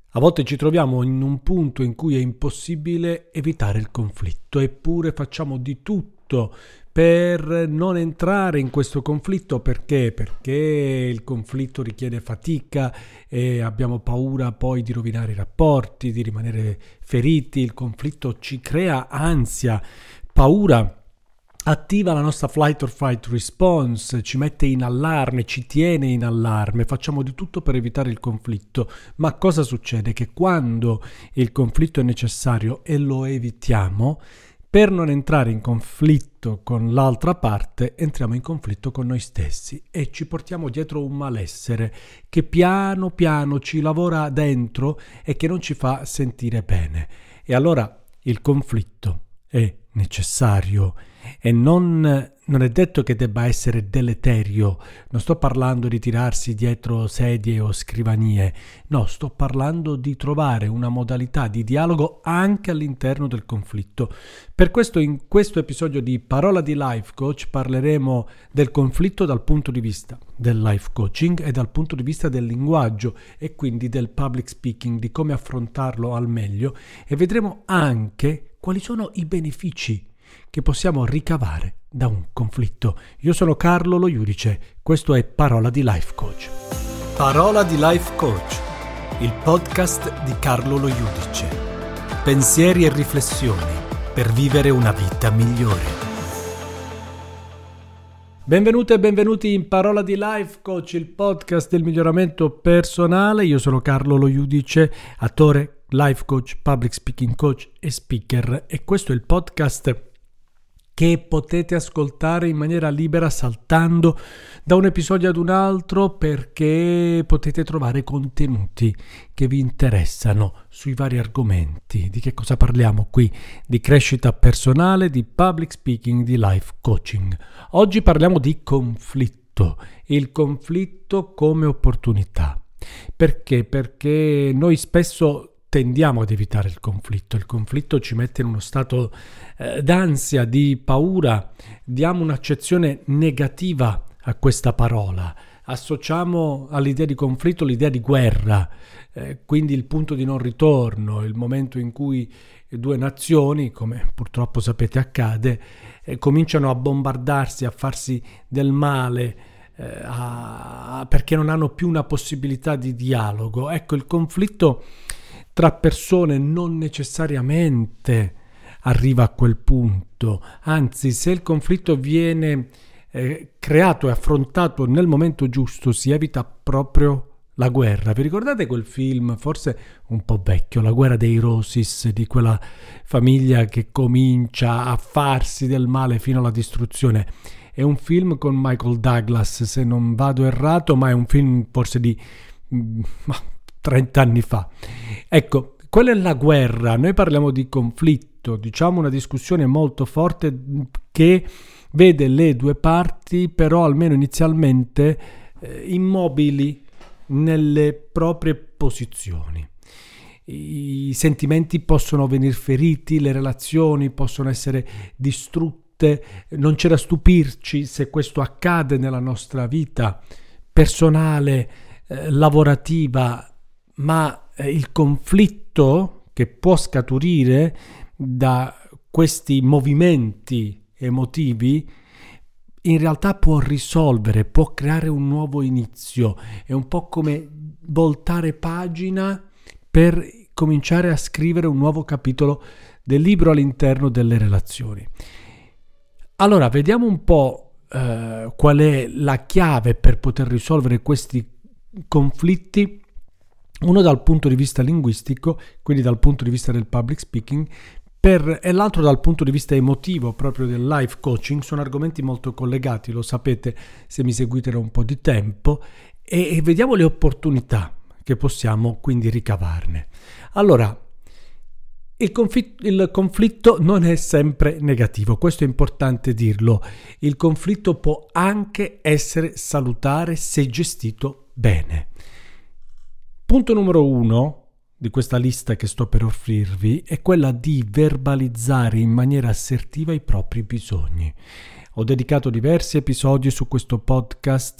A volte ci troviamo in un punto in cui è impossibile evitare il conflitto, eppure facciamo di tutto per non entrare in questo conflitto. Perché? Perché il conflitto richiede fatica e abbiamo paura poi di rovinare i rapporti, di rimanere feriti. Il conflitto ci crea ansia, paura. Attiva la nostra flight or fight response, ci mette in allarme, ci tiene in allarme, facciamo di tutto per evitare il conflitto. Ma cosa succede? Che quando il conflitto è necessario e lo evitiamo, per non entrare in conflitto con l'altra parte, entriamo in conflitto con noi stessi e ci portiamo dietro un malessere che piano piano ci lavora dentro e che non ci fa sentire bene. E allora il conflitto è necessario e non è detto che debba essere deleterio. Non sto parlando di tirarsi dietro sedie o scrivanie, no, sto parlando di trovare una modalità di dialogo anche all'interno del conflitto. Per questo in questo episodio di Parola di Life Coach parleremo del conflitto dal punto di vista del life coaching e dal punto di vista del linguaggio e quindi del public speaking, di come affrontarlo al meglio, e vedremo anche quali sono i benefici che possiamo ricavare da un conflitto. Io sono Carlo Lo Iudice, questo è Parola di Life Coach. Parola di Life Coach, il podcast di Carlo Lo Iudice. Pensieri e riflessioni per vivere una vita migliore. Benvenute e benvenuti in Parola di Life Coach, il podcast del miglioramento personale. Io sono Carlo Lo Iudice, attore, life coach, public speaking coach e speaker, e questo è il podcast che potete ascoltare in maniera libera saltando da un episodio ad un altro, perché potete trovare contenuti che vi interessano sui vari argomenti. Di che cosa parliamo qui? Di crescita personale, di public speaking, di life coaching. Oggi parliamo di conflitto, il conflitto come opportunità. Perché? Perché noi spesso tendiamo ad evitare il conflitto ci mette in uno stato d'ansia, di paura, diamo un'accezione negativa a questa parola, associamo all'idea di conflitto l'idea di guerra, quindi il punto di non ritorno, il momento in cui due nazioni, come purtroppo sapete accade, cominciano a bombardarsi, a farsi del male, perché non hanno più una possibilità di dialogo. Ecco, il conflitto tra persone non necessariamente arriva a quel punto, anzi, se il conflitto viene creato e affrontato nel momento giusto, si evita proprio la guerra. Vi ricordate quel film, forse un po' vecchio, La guerra dei Roses, di quella famiglia che comincia a farsi del male fino alla distruzione? È un film con Michael Douglas, se non vado errato, ma è un film forse di 30 anni fa. Ecco, quella è la guerra. Noi parliamo di conflitto, diciamo una discussione molto forte che vede le due parti, però almeno inizialmente immobili nelle proprie posizioni. I sentimenti possono venire feriti, le relazioni possono essere distrutte. Non c'è da stupirci se questo accade nella nostra vita personale, lavorativa, ma il conflitto che può scaturire da questi movimenti emotivi in realtà può risolvere, può creare un nuovo inizio. È un po' come voltare pagina per cominciare a scrivere un nuovo capitolo del libro all'interno delle relazioni. Allora, vediamo un po' qual è la chiave per poter risolvere questi conflitti. Uno dal punto di vista linguistico, quindi dal punto di vista del public speaking, e l'altro dal punto di vista emotivo, proprio del life coaching. Sono argomenti molto collegati, lo sapete se mi seguite da un po' di tempo, e vediamo le opportunità che possiamo quindi ricavarne. Allora, il conflitto non è sempre negativo, questo è importante dirlo. Il conflitto può anche essere salutare se gestito bene. Punto numero 1 di questa lista che sto per offrirvi è quella di verbalizzare in maniera assertiva i propri bisogni. Ho dedicato diversi episodi su questo podcast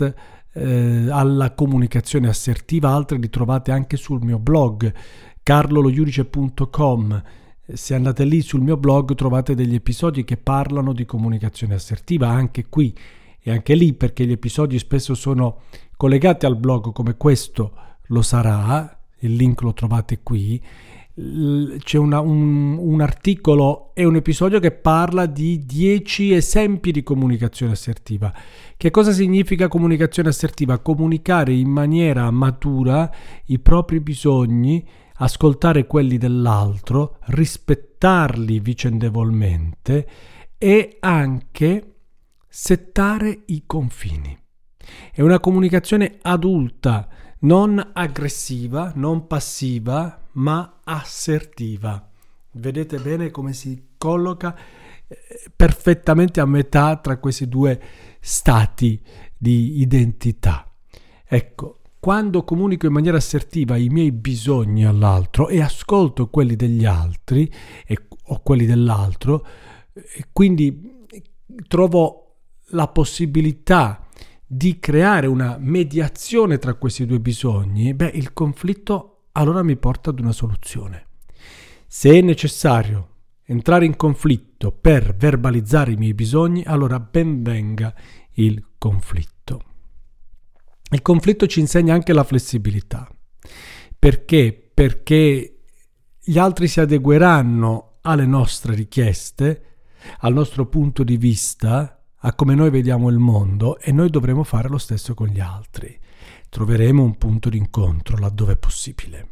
alla comunicazione assertiva. Altre li trovate anche sul mio blog carloloiudice.com. Se andate lì sul mio blog trovate degli episodi che parlano di comunicazione assertiva, anche qui e anche lì, perché gli episodi spesso sono collegati al blog, come questo lo sarà, il link lo trovate qui. C'è un articolo e un episodio che parla di 10 esempi di comunicazione assertiva. Che cosa significa comunicazione assertiva? Comunicare in maniera matura i propri bisogni, ascoltare quelli dell'altro, rispettarli vicendevolmente e anche settare i confini. È una comunicazione adulta, non aggressiva, non passiva, ma assertiva. Vedete bene come si colloca perfettamente a metà tra questi due stati di identità. Ecco, quando comunico in maniera assertiva i miei bisogni all'altro e ascolto quelli degli altri o quelli dell'altro, quindi trovo la possibilità di creare una mediazione tra questi due bisogni, il conflitto allora mi porta ad una soluzione. Se è necessario entrare in conflitto per verbalizzare i miei bisogni, allora ben venga il conflitto. Il conflitto ci insegna anche la flessibilità. Perché? Perché gli altri si adegueranno alle nostre richieste, al nostro punto di vista, a come noi vediamo il mondo, e noi dovremo fare lo stesso con gli altri. Troveremo un punto di incontro laddove è possibile.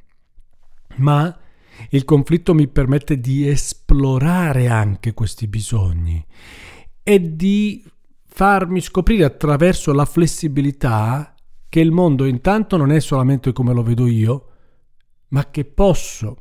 Ma il conflitto mi permette di esplorare anche questi bisogni e di farmi scoprire attraverso la flessibilità che il mondo intanto non è solamente come lo vedo io, ma che posso,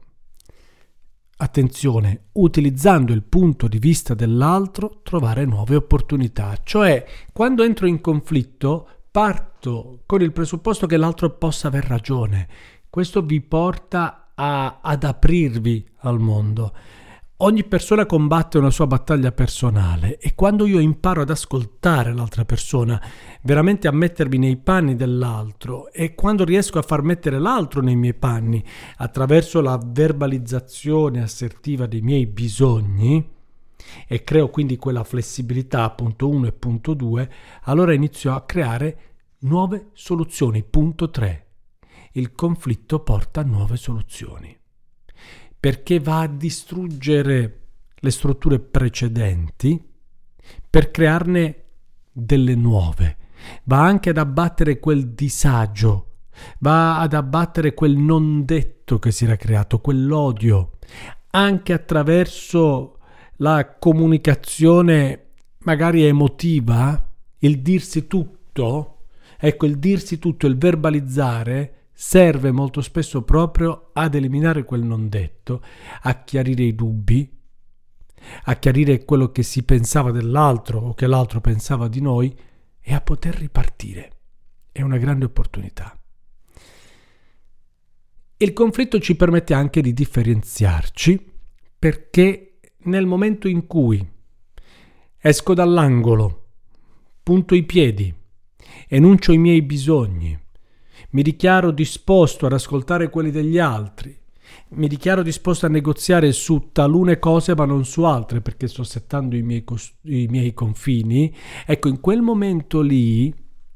attenzione, utilizzando il punto di vista dell'altro, trovare nuove opportunità. Cioè, quando entro in conflitto, parto con il presupposto che l'altro possa aver ragione. Questo vi porta ad aprirvi al mondo. Ogni persona combatte una sua battaglia personale e quando io imparo ad ascoltare l'altra persona, veramente a mettermi nei panni dell'altro, e quando riesco a far mettere l'altro nei miei panni attraverso la verbalizzazione assertiva dei miei bisogni e creo quindi quella flessibilità, punto 1 e punto 2, allora inizio a creare nuove soluzioni. Punto 3. Il conflitto porta a nuove soluzioni, perché va a distruggere le strutture precedenti per crearne delle nuove. Va anche ad abbattere quel disagio, va ad abbattere quel non detto che si era creato, quell'odio, anche attraverso la comunicazione magari emotiva, il dirsi tutto. Ecco, il dirsi tutto, il verbalizzare serve molto spesso proprio ad eliminare quel non detto, a chiarire i dubbi, a chiarire quello che si pensava dell'altro o che l'altro pensava di noi e a poter ripartire. È una grande opportunità. Il conflitto ci permette anche di differenziarci, perché nel momento in cui esco dall'angolo, punto i piedi, enuncio i miei bisogni, mi dichiaro disposto ad ascoltare quelli degli altri, mi dichiaro disposto a negoziare su talune cose ma non su altre perché sto settando i miei confini. Ecco, in quel momento lì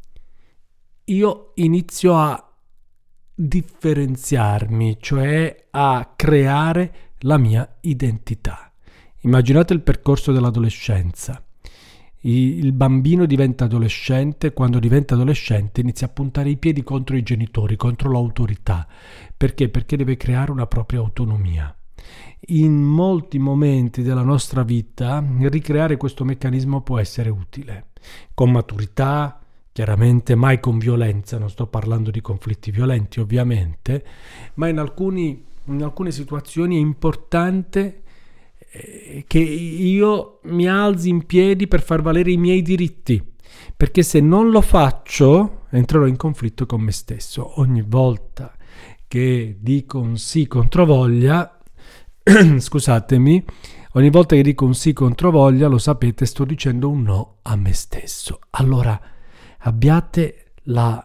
io inizio a differenziarmi, cioè a creare la mia identità. Immaginate il percorso dell'adolescenza. Il bambino diventa adolescente, quando diventa adolescente inizia a puntare i piedi contro i genitori, contro l'autorità. Perché? Perché deve creare una propria autonomia. In molti momenti della nostra vita ricreare questo meccanismo può essere utile. Con maturità, chiaramente mai con violenza, non sto parlando di conflitti violenti ovviamente, ma in alcune situazioni è importante che io mi alzi in piedi per far valere i miei diritti, perché se non lo faccio entrerò in conflitto con me stesso. Ogni volta che dico un sì controvoglia, scusatemi, ogni volta che dico un sì controvoglia, lo sapete, sto dicendo un no a me stesso. Allora abbiate la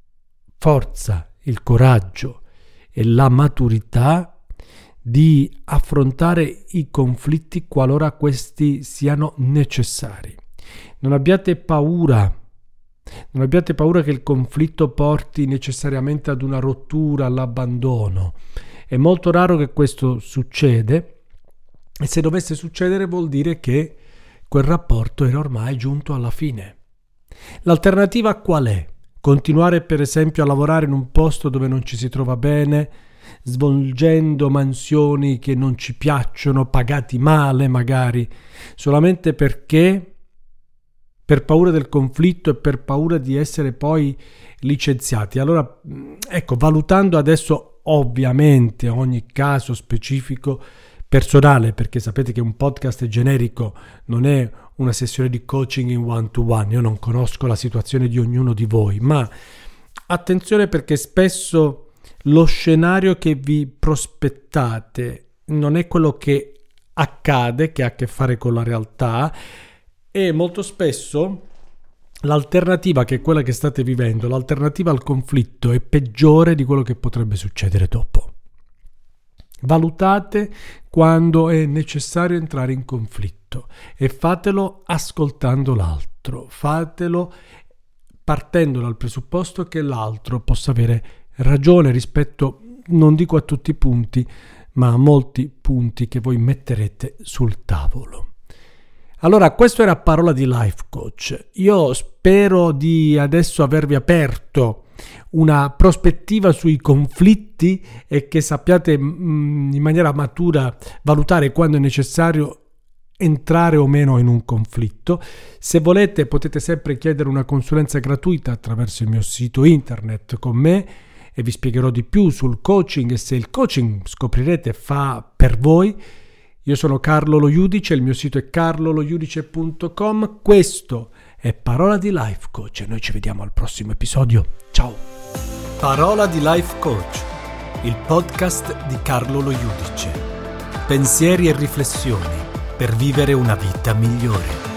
forza, il coraggio e la maturità di affrontare i conflitti qualora questi siano necessari. Non abbiate paura che il conflitto porti necessariamente ad una rottura, all'abbandono. È molto raro che questo succede, e se dovesse succedere vuol dire che quel rapporto era ormai giunto alla fine. L'alternativa qual è? Continuare per esempio a lavorare in un posto dove non ci si trova bene, svolgendo mansioni che non ci piacciono, pagati male magari, solamente perché per paura del conflitto e per paura di essere poi licenziati. Allora, ecco, valutando adesso ovviamente ogni caso specifico personale, perché sapete che un podcast generico non è una sessione di coaching in one-to-one, io non conosco la situazione di ognuno di voi, ma attenzione perché spesso lo scenario che vi prospettate non è quello che accade, che ha a che fare con la realtà, e molto spesso l'alternativa, che è quella che state vivendo, l'alternativa al conflitto è peggiore di quello che potrebbe succedere dopo. Valutate quando è necessario entrare in conflitto e fatelo ascoltando l'altro, fatelo partendo dal presupposto che l'altro possa avere ragione rispetto, non dico a tutti i punti, ma a molti punti che voi metterete sul tavolo. Allora, questo era Parola di Life Coach. Io spero di adesso avervi aperto una prospettiva sui conflitti e che sappiate in maniera matura valutare quando è necessario entrare o meno in un conflitto. Se volete potete sempre chiedere una consulenza gratuita attraverso il mio sito internet con me e vi spiegherò di più sul coaching, e se il coaching scoprirete fa per voi. Io sono Carlo Lo Judice, il mio sito è carlolojudice.com. Questo è Parola di Life Coach e noi ci vediamo al prossimo episodio. Ciao! Parola di Life Coach, il podcast di Carlo Lo Judice. Pensieri e riflessioni per vivere una vita migliore.